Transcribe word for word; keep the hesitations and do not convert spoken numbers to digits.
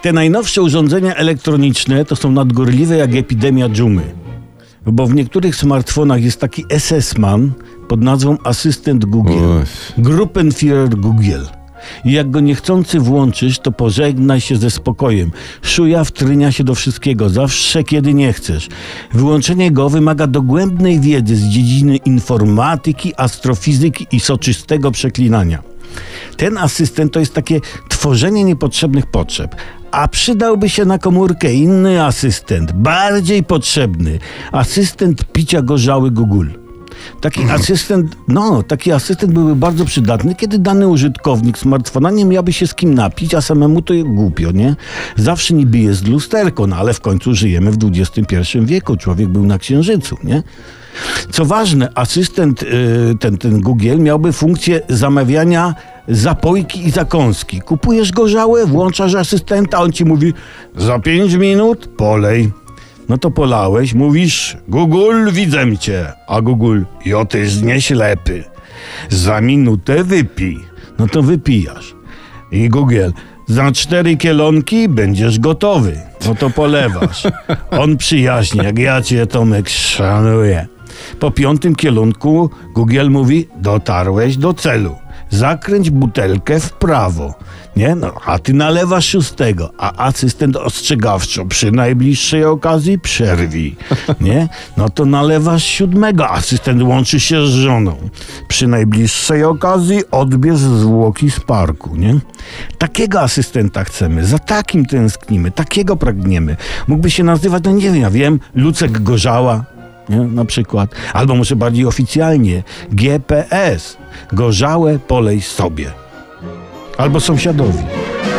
Te najnowsze urządzenia elektroniczne to są nadgorliwe jak epidemia dżumy. Bo w niektórych smartfonach jest taki es es man pod nazwą asystent Google. Gruppenführer Google. I jak go niechcący włączysz, to pożegnaj się ze spokojem. Szuja wtrynia się do wszystkiego, zawsze kiedy nie chcesz. Wyłączenie go wymaga dogłębnej wiedzy z dziedziny informatyki, astrofizyki i soczystego przeklinania. Ten asystent to jest takie tworzenie niepotrzebnych potrzeb. A przydałby się na komórkę inny asystent, bardziej potrzebny. Asystent picia gorzały Google. Taki asystent, no, taki asystent byłby bardzo przydatny, kiedy dany użytkownik smartfona nie miałby się z kim napić, a samemu to głupio, nie? Zawsze niby jest lusterko, no ale w końcu żyjemy w dwudziestym pierwszym wieku. Człowiek był na księżycu, nie? Co ważne, asystent, yy, ten, ten Google miałby funkcję zamawiania zapojki i zakąski. Kupujesz gorzałe, włączasz asystenta, on ci mówi: za pięć minut polej. No to polałeś, mówisz: Google, widzę cię. A Google: jo, tyś nie ślepy. Za minutę wypij. No to wypijasz. I Google: za cztery kielonki będziesz gotowy. No to polewasz. On przyjaźnie, jak ja cię, Tomek, szanuję. Po piątym kielonku Google mówi: dotarłeś do celu. Zakręć butelkę w prawo. Nie? No, a ty nalewasz szóstego, a asystent ostrzegawczo: przy najbliższej okazji przerwij. Nie? No to nalewasz siódmego, asystent łączy się z żoną. Przy najbliższej okazji odbierz zwłoki z parku. Nie? Takiego asystenta chcemy, za takim tęsknimy, takiego pragniemy. Mógłby się nazywać, no nie wiem, ja wiem, Lucek Gorzała. Nie? Na przykład. Albo może bardziej oficjalnie G P S. Gorzałe polej sobie. Albo sąsiadowi.